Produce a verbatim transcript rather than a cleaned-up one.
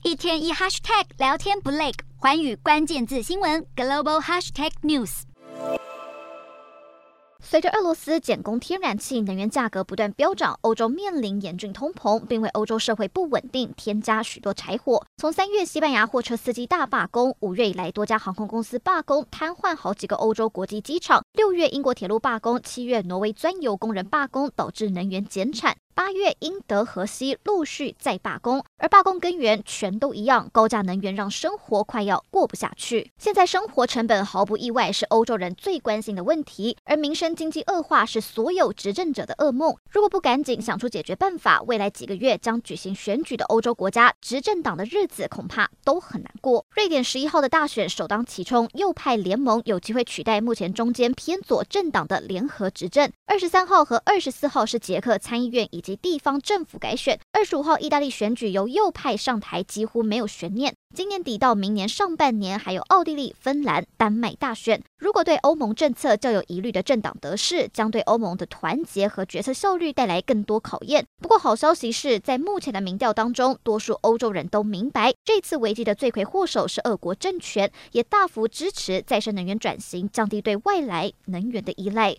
一天一 hashtag 聊天不累，寰宇关键字新闻 global hashtag news。随着俄罗斯减供天然气，能源价格不断飙涨，欧洲面临严峻通膨，并为欧洲社会不稳定添加许多柴火。从三月西班牙货车司机大罢工，五月以来多家航空公司罢工，瘫痪好几个欧洲国际机场；六月英国铁路罢工，七月挪威钻油工人罢工，导致能源减产。八月，英德荷西陆续再罢工，而罢工根源全都一样，高价能源让生活快要过不下去。现在生活成本毫不意外是欧洲人最关心的问题，而民生经济恶化是所有执政者的噩梦。如果不赶紧想出解决办法，未来几个月将举行选举的欧洲国家，执政党的日子恐怕都很难过。瑞典十一号的大选首当其冲，右派联盟有机会取代目前中间偏左政党的联合执政。二十三号和二十四号是捷克参议院以及地方政府改选，二十五号意大利选举由右派上台几乎没有悬念。今年底到明年上半年还有奥地利、芬兰、丹麦大选。如果对欧盟政策较有疑虑的政党得势，将对欧盟的团结和决策效率带来更多考验。不过好消息是，在目前的民调当中，多数欧洲人都明白，这次危机的罪魁祸首是俄国政权，也大幅支持再生能源转型，降低对外来能源的依赖。